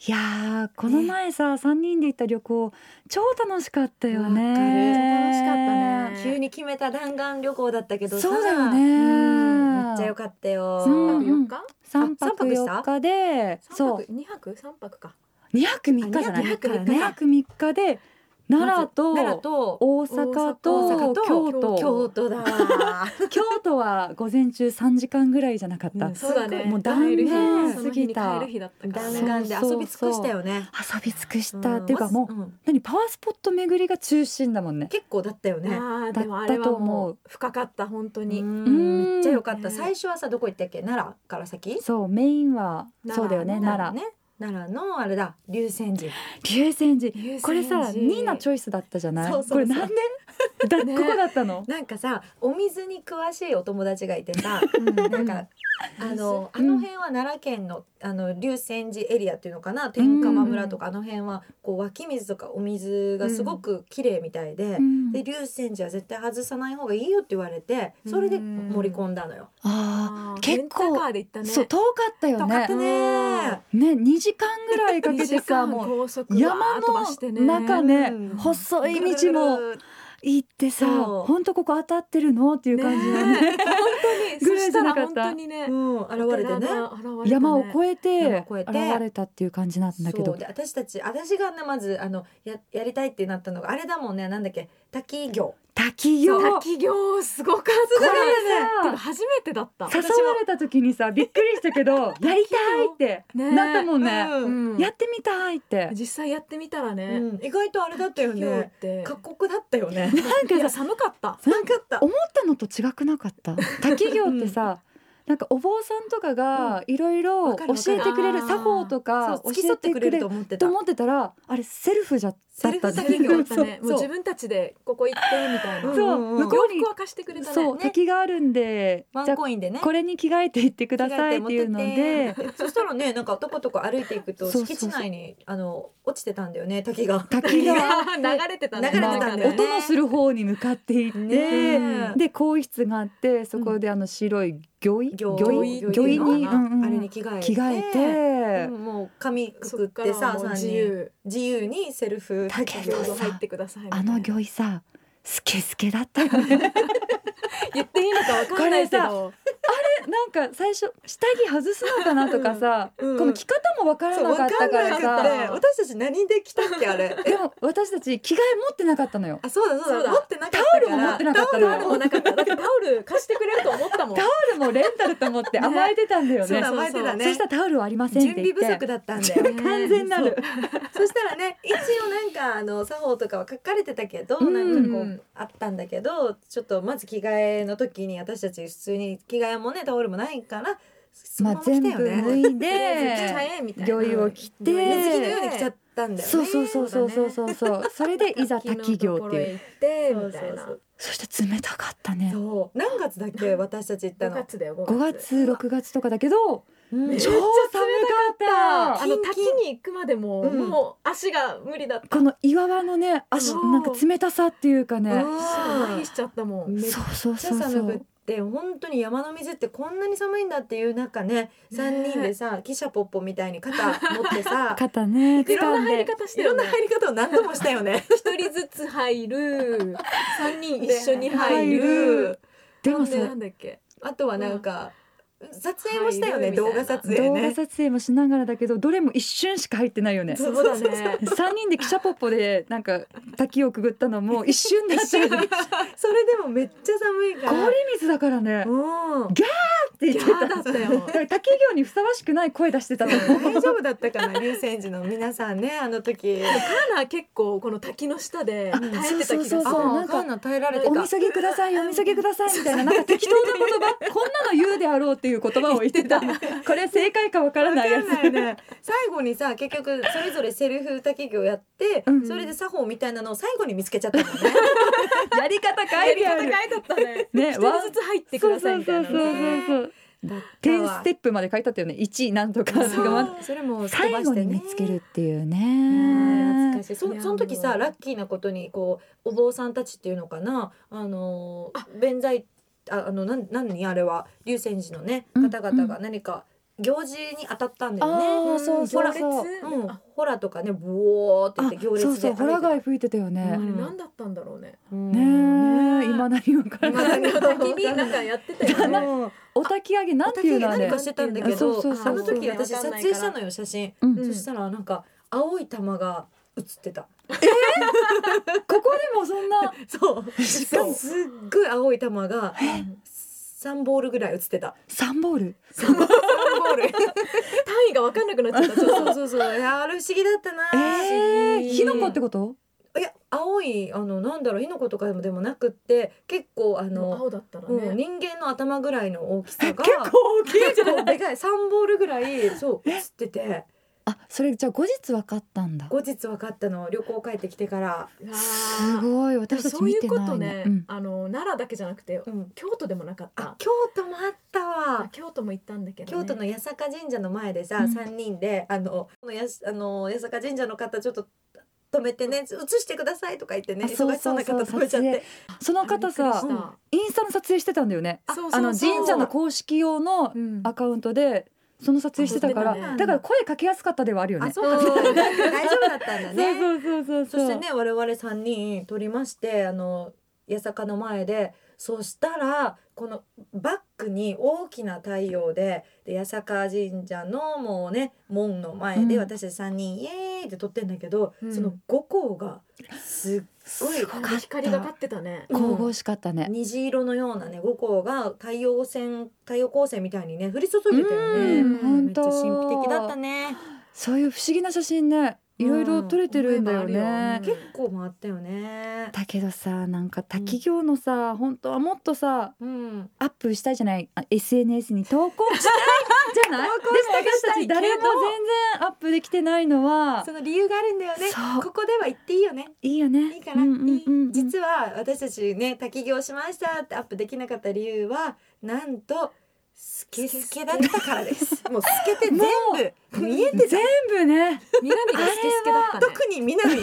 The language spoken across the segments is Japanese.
いやーこの前さ、3人で行った旅行超楽しかったよね。 わかる、楽しかったね。 急に決めた弾丸旅行だったけどさ、 そうだよね、 めっちゃ良かったよ。 うん 3泊4日 3泊4日で、 3泊2泊3泊か 2泊3日じゃない、 2泊3日 2泊3日で奈良と大阪と京都だわ京都は午前中3時間ぐらいじゃなかった、 そうだね。 もう弾丸過ぎた。帰る日だったからね。 弾丸で遊び尽くしたよね。 遊び尽くしたっていうか、もう、何パワースポット巡りが中心だもんね。 結構だったよね。 でもあれはもう深かった本当に。 めっちゃ良かった。最初はさどこ行ったっけ、奈良から先。 そうメインはそうだよね、奈良ね。奈良のあれだ、竜泉寺。これさニーナチョイスだったじゃない。これなんでどこだったの。 なんかさお水に詳しいお友達がいてさ、なんかあの辺は奈良県の竜泉寺エリアっていうのかな、天川村とかあの辺はこう湧き水とかお水がすごく綺麗みたいで、で竜泉寺は絶対外さない方がいいよって言われて、それで盛り込んだのよ。 結構そう遠かったよね。 遠かったね。 2時間ぐらいかけてさ、もう山の中ね、細い道も行ってさ、本当ここ当たってるのっていう感じだね。 本当にぐらいじゃなかった。本当にね、 現れてね、 山を越えて現れたっていう感じなんだけど、 私がねまずやりたいってなったのがあれだもんね、なんだっけ、滝行すごかったね。初めてだった。 誘われた時にさびっくりしたけどやりたいってなったもんね。やってみたいって。 実際やってみたらね、 意外とあれだったよね。過酷だったよね。 なんかさ寒かった。 思ったのと違くなかった。滝行ってさなんかお坊さんとかがいろいろ教えてくれる作法とか教えてくれると思ってたら、あれセルフじゃだった。 滝行だったね。もう自分たちでここ行ってみたいな。 そう向こうには貸してくれたね。 そう滝があるんで、 ワンコインでね、 これに着替えていってくださいっていうので、 そしたらねなんかとことこ歩いていくと敷地内に落ちてたんだよね、滝が流れてたね。 音のする方に向かっていってで更衣室があって、そこで白い魚衣にあれに着替えて、もう髪くくってさ、自由にセルフ滝行入ってください。 魚衣さスケスケだったよね。 言っていいのか分かんないけど、 あれなんか最初下着外すのかなとかさ、この着方も分からなかったからさ、 私たち何で着たっけあれ。 でも私たち着替え持ってなかったのよ。 そうだ持ってなかった。 タオルも持ってなかったのよ。 タオルもなかった。だってタオル貸してくれると思ったもん。 タオルもレンタルと思って甘えてたんだよね。 甘えてたね。 そしたらタオルはありませんって言って、 準備不足だったんだよ。 完全なる。 そしたらね、一応なんか作法とかは書かれてたけど、なんかこうあったんだけど、ちょっとまず着替えの時に私たち普通に着替えもねタオルもないから全部脱いで魚衣を着て水着のように着ちゃったんだよね。 そうそれでいざ滝行っていうみたいな。 そして冷たかったね。 何月だっけ私たち行ったの。 5月だよ。 5月6月とかだけど超寒かった。 滝に行くまでももう足が無理だった。 この岩場のね足なんか冷たさっていうかね、 麻痺しちゃったもん。 そうで本当に山の水ってこんなに寒いんだっていう中ね、3人でさ汽車ポッポみたいに肩持ってさ肩ねいろんな入り方していろんな入り方を何度もしたよね。 一人ずつ入る、3人一緒に入る。 でもさ、 なんだっけ、 あとはなんか撮影もしたよね。動画撮影ね。 動画撮影もしながらだけどどれも一瞬しか入ってないよね。 そうだね。 3人で汽車ポッポでなんか滝をくぐったのも一瞬でそれでもめっちゃ寒いから氷水だからね、ギャーって言ってた。 だったよ。 滝行にふさわしくない声出してたの。 大丈夫だったかな竜泉寺の皆さんね、あの時。 カーナ結構この滝の下で耐えてた気がする。 なんか耐えられてた。 おみそぎくださいおみそぎくださいみたいな、なんか適当な言葉こんなの言うであろうっていう言葉を言ってた。これ正解かわからないやつ。 ね、最後にさ結局それぞれセルフ滝行やって、それで作法みたいなのを最後に見つけちゃったのね。 やり方書いてある。 書いてあったね。一人ずつ入ってくださいみたいな。 10ステップまで書いてあったよね。1なんとか。 それも最後に見つけるっていうね。 懐かしい。その時さラッキーなことにこうお坊さんたちっていうのかな、弁財何あれは竜泉寺のね方々が何か行事に当たったんだよね。 そうそうそう。 ホラとかね、ブオーって言って行列で。 そうそう、ホラ貝吹いてたよね。 あれ何だったんだろうね。 ねえ、今何をからない。 焚き火なんかやってたよね。 お焚き上げなんていうのあれ。 何かしてたんだけど、あの時私撮影したのよ、写真。そしたらなんか青い玉が映ってた。 ここでもそんな。 そう。すっごい青い玉が。3ボールぐらい映ってた。 3ボール単位が分かんなくなっちゃった。 そうあれ不思議だったな。 火の粉ってこと？ いや、青いなんだろう、火の粉とかでもなくって、結構青だったらね、 人間の頭ぐらいの大きさが結構大きいじゃん。 でかい3ボールぐらいそう映ってて。 それじゃあ後日分かったんだ。 後日分かったの、旅行帰ってきてから。 すごい、私たち見てないね。そういうことね、奈良だけじゃなくて、京都でもなかった。 京都もあったわ。 京都も行ったんだけど、 京都の八坂神社の前でさ、3人で八坂神社の方ちょっと止めてね、映してくださいとか言ってね、忙しそうな方止めちゃって、 その方さ、インスタの撮影してたんだよね。神社の公式用のアカウントでその撮影してたから、だから声かけやすかったではあるよね。 そうか、大丈夫だったんだね。 そうそしてね、我々3人撮りまして、八坂の前で、そしたらこのバックに大きな太陽で八坂神社のもうね門の前で私たち3人イエーイって撮ってんだけど、その五光がすっごい光がかってたね。 神々しかったね。 虹色のようなね五光が太陽光線みたいにね降り注いでたよね。めっちゃ神秘的だったね。 そういう不思議な写真ね、いろいろ撮れてるんだよね。 結構回ったよね。 だけどさ、なんか滝行のさ、本当はもっとさ、アップしたいじゃない、SNS に投稿したいじゃない。でも私たち誰も全然アップできてないのは、 その理由があるんだよね。ここでは言っていいよね。 いいよね。 いいかな。実は私たちね、滝行しましたってアップできなかった理由は、なんとスケスケだったからです。もう透けて全部見えてた。 全部ね。 南がスケスケだったね。 特に南。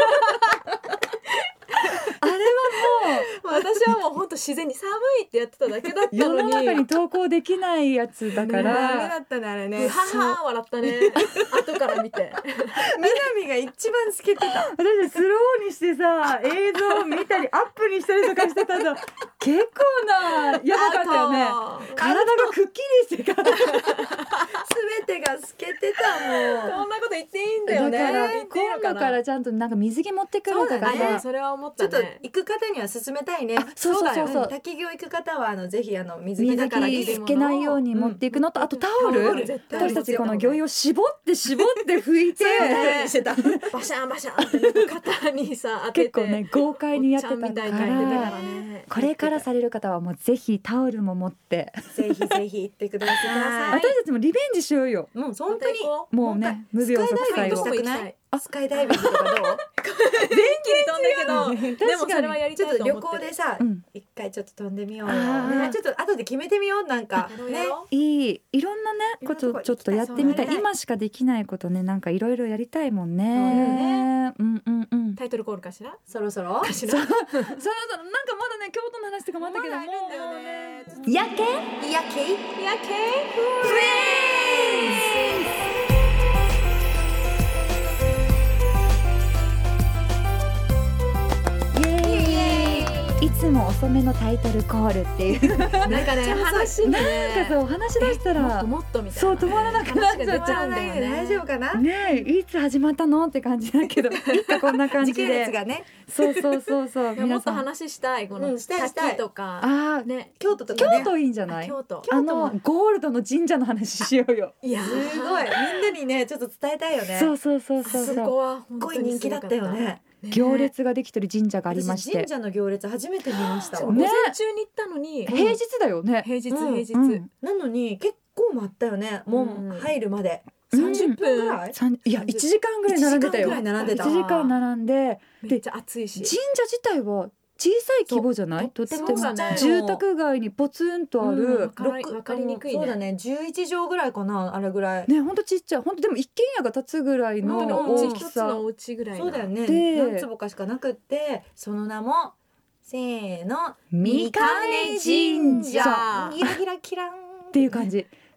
あれはもう私はもう本当自然に寒いってやってただけだったのに、 世の中に投稿できないやつだから。 ダメだったねあれね。 はは笑ったね。後から見て。 南が一番透けてた。 私スローにしてさ、映像を見たりアップにしたりとかしてたの結構なやばかったよね。体がくっきりしてから全てが透けてた。もうこんなこと言っていいんだよね。 だから今度からちゃんとなんか水着持ってくるとかね。それは思ったね。 ちょっと行く方には勧めたいね。 そう滝行行く方はぜひ水着だから透けないように持っていくのと、あとタオル。私たちこの魚油を絞って拭いてしてた。 バシャンバシャンって肩にさ当てて、 結構ね豪快にやってたから、これからされる方はもうぜひタオルも持ってぜひ行ってください。 私たちもリベンジしようよ。 もう本当にもうね、無病息災を。 スカイダイビングとかどう？ 電気で飛んだけど、でもそれはやりたいと思ってる。 ちょっと旅行でさ、一回ちょっと飛んでみようよ。ちょっと後で決めてみよう。なんかね、 いろんなねことちょっとやってみたい。今しかできないことね、なんかいろいろやりたいもんね。 タイトルコールかしら？ そろそろ。 なんかまだね京都の話とかもあったけど、もうやけいつも遅めのタイトルコールっていうなんかね、話し出したらもっとみたいな、 そう止まらなくなっちゃっちゃうんだよね。 大丈夫かなね。いつ始まったのって感じだけど、いつこんな感じで時系列がね。 そうもっと話したい。この滝とかね、 京都とかね。 京都いいんじゃない？ 京都ゴールドの神社の話しようよ。 いやすごい、みんなにねちょっと伝えたいよね。 そうそこはすごい人気だったよね。 行列ができてる神社がありまして、 神社の行列初めて見ました。 午前中に行ったのに、 平日だよね。 平日なのに結構待ったよね。もう入るまで30分ぐらい、 いや1時間ぐらい並んでたよ。 1 時間並んで、 めっちゃ暑いし、 神社自体は小さい規模じゃない？とっても住宅街にポツンとある、 分かりにくいね。 そうだね、11畳ぐらいかな、あれぐらいね。ほんとちっちゃい、ほんとでも一軒家が建つぐらいの大きさ。 お家ぐらい。 そうだよね。何坪かしかなくって、その名もせーの、 三金神社ギラギラキランっていう感じ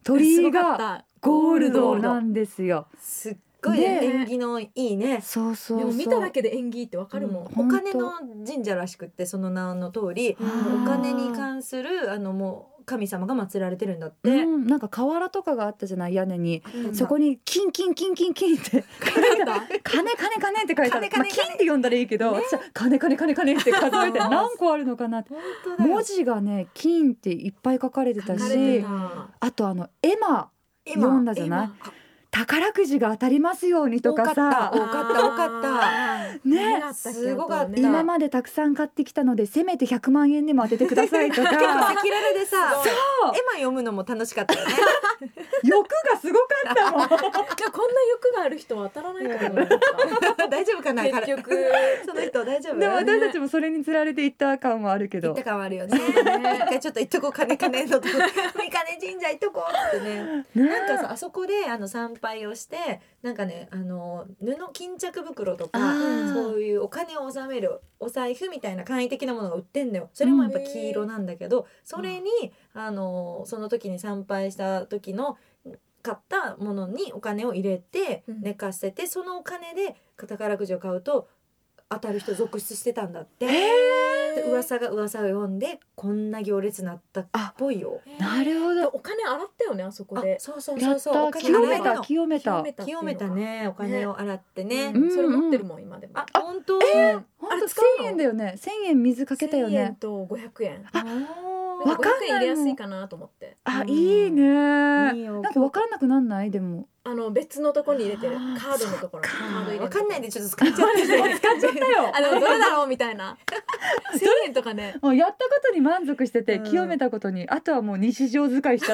鳥居がゴールドなんですよ。 すっごい縁起のいいね。 そうそうそう。 でも見ただけで縁起ってわかるもん。 お金の神社らしくって、その名の通りお金に関するもう神様が祀られてるんだって、 なんか瓦とかがあったじゃない、屋根に、そこにキンキンキンキンキンって金金って書いてある。金って読んだらいいけど、私は金って数えて何個あるのかなって。文字がね金っていっぱい書かれてたし、あと絵馬読んだじゃない。宝くじが当たりますようにとかさ、 多かったね、 すごかった。 今までたくさん買ってきたのでせめて100万円でも当ててくださいとか。 結構赤裸々でさ、 そう絵馬読むのも楽しかったよね。 欲がすごかったもん。 じゃあこんな欲がある人は当たらないかな。 大丈夫かな、 結局その人大丈夫。 でも私たちもそれにつられて行った感はあるけど、 行った感はあるよね。一回ちょっと行っとこう、金のとこ三金神社行っとこうってね。なんかさ、あそこで参拝をして、なんかね布巾着袋とかそういうお金を納めるお財布みたいな簡易的なものが売ってんだよ。それもやっぱ黄色なんだけど、それにその時に参拝した時の買ったものにお金を入れて寝かせて、そのお金で宝くじを買うと当たる人続出してたんだって。で噂を読んでこんな行列なったっぽいよ。 なるほど。 お金洗ったよね、あそこで。 そう清めたね、お金を洗ってね。 それ持ってるもん今でも。 本当。 あれ1000円だよね。1000円水かけたよね。 1000円と500円。 わかんない。 入れやすいかなと思って。 いいね。なんかわからなくなんない？でも別のとこに入れてる、カードのところ。 わかんないでちょっと使っちゃったよ。 どれだろうみたいな。1000円とかね。 もうやったことに満足してて、清めたことに、あとはもう日常使いしちゃった。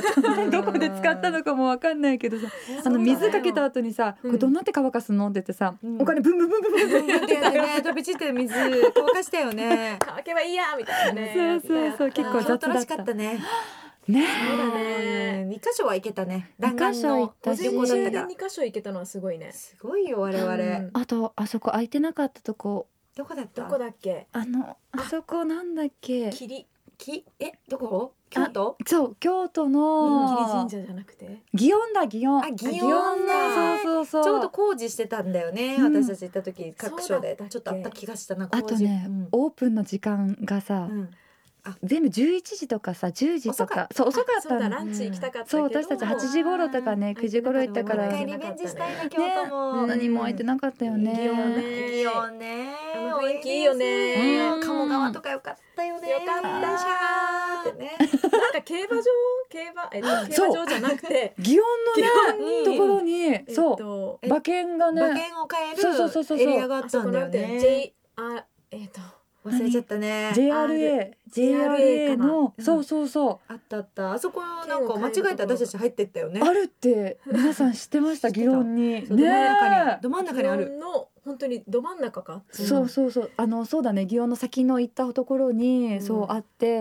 どこで使ったのかもわかんないけどさ、水かけた後にさ、これどうなって乾かすのって言ってさ、お金ブンブンブンブンブンブンブンって飛び散って水乾かしたよね。 乾けばいいやみたいなね。 そう結構雑だった。 ね。 ねえ、2箇所は行けたね。 2箇所行ったし、 午前中で2箇所行けたのはすごいね。 すごいよ我々。 あとあそこ空いてなかったとこ、 どこだった？ どこだっけ？ あそこなんだっけ？ どこ？京都？ そう、京都の霧神社じゃなくて祇園だ、祇園。 祇園ね。 そうちょうど工事してたんだよね。私たち行った時各所でちょっとあった気がしたな。 あとね、オープンの時間がさ、全部11時とかさ10時とか、そう遅かったの。 ランチ行きたかったけど、 そう私たち8時頃とかね9時頃行ったから、 リベンジしたいな京都も。 何も空いてなかったよね。 祇園ね。 雰囲気いいよね。 鴨川とか良かったよね。 よかった。 ってね。 なんか競馬場じゃなくて祇園のねところにそう馬券がね、 馬券を買えるエリアがあったんだよね。忘れちゃったね。JRA のそうあったあそこなんか間違えて私たち入ってったよね。 あるって皆さん知ってました？祇園にど真ん中にある。 本当にど真ん中か。 そうそうだね、祇園の先の行ったところにそうあって、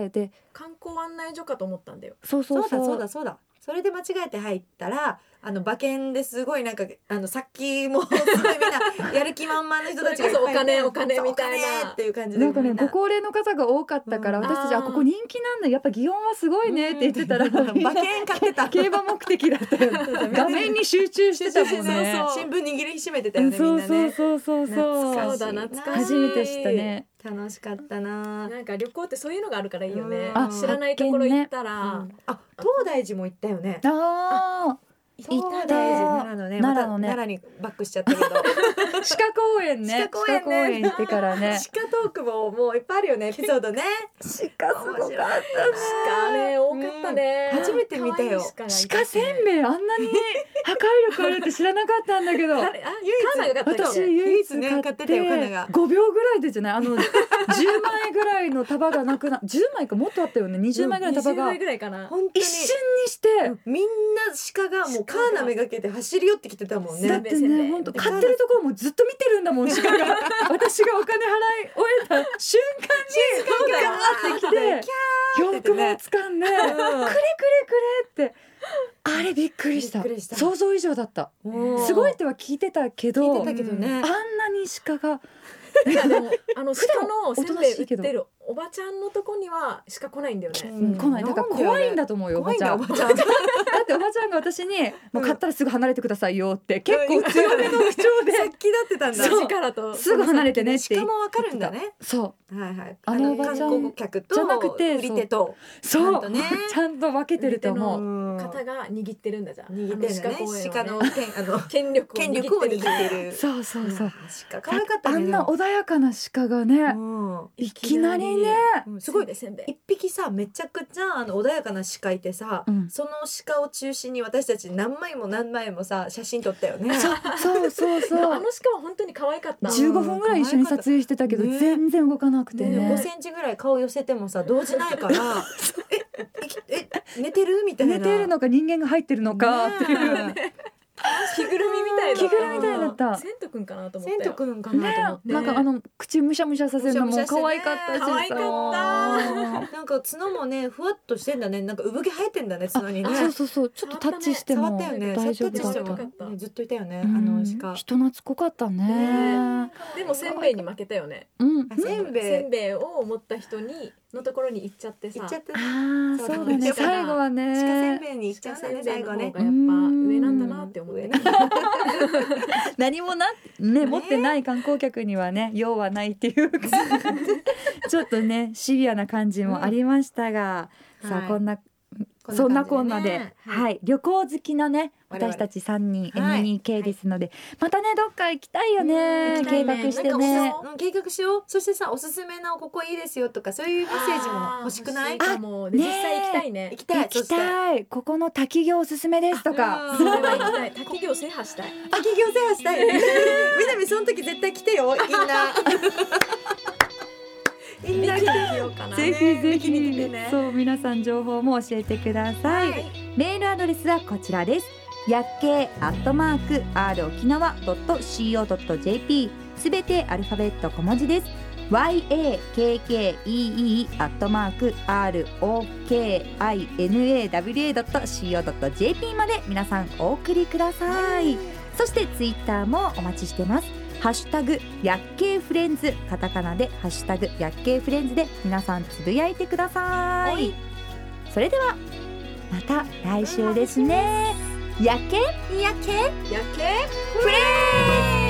で観光案内所かと思ったんだよ。 そうだ。 それで間違えて入ったら馬券ですごいなんかさっきもすごいみんなやる気満々の人たちがお金みたいなっていう感じで、 なんかねご高齢の方が多かったから、私たちここ人気なんだ、やっぱ祇園はすごいねって言ってたら、 馬券買ってた。 競馬目的だったよ。画面に集中してたもんね。 新聞握りしめてたよねみんなね。 そうだ、懐かしい。 初めて知ったね。 楽しかったな。 なんか旅行ってそういうのがあるからいいよね。知らないところ行ったら、 東大寺も行ったよね。東大寺奈良のね、奈良にバックしちゃったけど鹿公園ね、鹿公園行ってからね、 鹿トークもいっぱいあるよね、エピソードね。 鹿すごかったね。 鹿ね多かったね。 初めて見たよ。 鹿せんべいあんなに破壊力あるって知らなかったんだけど、 私唯一買ってたよ。カナが 5秒ぐらいでじゃない、10枚ぐらいの束がなくな、10枚かもっとあったよね、20枚ぐらいの束が 20枚ぐらいかな。 一瞬にしてみんな鹿がもうカーナめがけて走り寄ってきてたもんね。 だってね、本当買ってるところもずっと見てるんだもん、鹿が。私がお金払い終えた瞬間にガーってきて洋服も掴んでくれってあれびっくりした。想像以上だった。すごいっては聞いてたけど、 ね、 あんなに鹿がいやでも鹿のせんべい売ってるおばちゃんのとこには鹿来ないんだよね、 来ない。だから怖いんだと思うよ、おばちゃん。だっておばちゃんが私にもう買ったらすぐ離れてくださいよって結構強めの口調で殺気だってたんだ。 力とすぐ離れてねって。 しかもわかるんだね。 そう。 はいはい。 あのおばちゃん観光客とじゃなくて売り手とそうちゃんと分けてると思う。 方が握ってるんだじゃん。 握ってるね。鹿の権力を握ってる。 そうそうそう。 鹿可愛かったね。 あんな穏やかな鹿がね、いきなりね、 すごい一匹さめちゃくちゃ穏やかな鹿いてさ、その鹿を中心に私たち何枚もさ写真撮ったよね。 そうそうそう。 あの鹿は本当に可愛かった。 15分ぐらい一緒に撮影してたけど全然動かなくてね。 5センチぐらい顔寄せてもさ動じないから、寝てるみたいな。 寝てるのか人間が入ってるのかっていう。 着ぐるみみたいな。 着ぐるみみたいだった。 セントくんかなと思ったよ。 セントくんかなと思って。 なんか口むしゃむしゃさせるのも可愛かったしさ。 可愛かった。 なんか角もねふわっとしてんだね。なんか産毛生えてんだね角にね。 そうちょっとタッチしても大丈夫だった。 ずっといたよねあの鹿。 人懐っこかったね。 でもせんべいに負けたよね。せんべいを持った人のところに行っちゃってさ。 そうだね。最後はね。 鹿せんべいに行っちゃったね最後ね。 やっぱ上なんだなって思って。 何もね持ってない観光客にはね用はないっていうちょっとねシビアな感じもありましたが、さあそんなこんなで、旅行好きなね私たち3人 M2K ですので、またねどっか行きたいよね。計画してね。 計画しよう。そしてさおすすめのここいいですよとかそういうメッセージも欲しくない？ 実際行きたいね。 行きたい。 ここの滝行おすすめですとか。 滝行制覇したい。 滝行制覇したい。みなみその時絶対来てよ。みんな来てよかな。 ぜひぜひそう皆さん情報も教えてください。メールアドレスはこちらです。やっけ@r沖縄.co.jp すべてアルファベット小文字です。yakkee@rokinawa.co.jp まで皆さんお送りください。そしてツイッターもお待ちしてます。ハッシュタグやっけーフレンズ、カタカナでハッシュタグやっけーフレンズで皆さんつぶやいてください。それではまた来週ですね。やっけフレンズ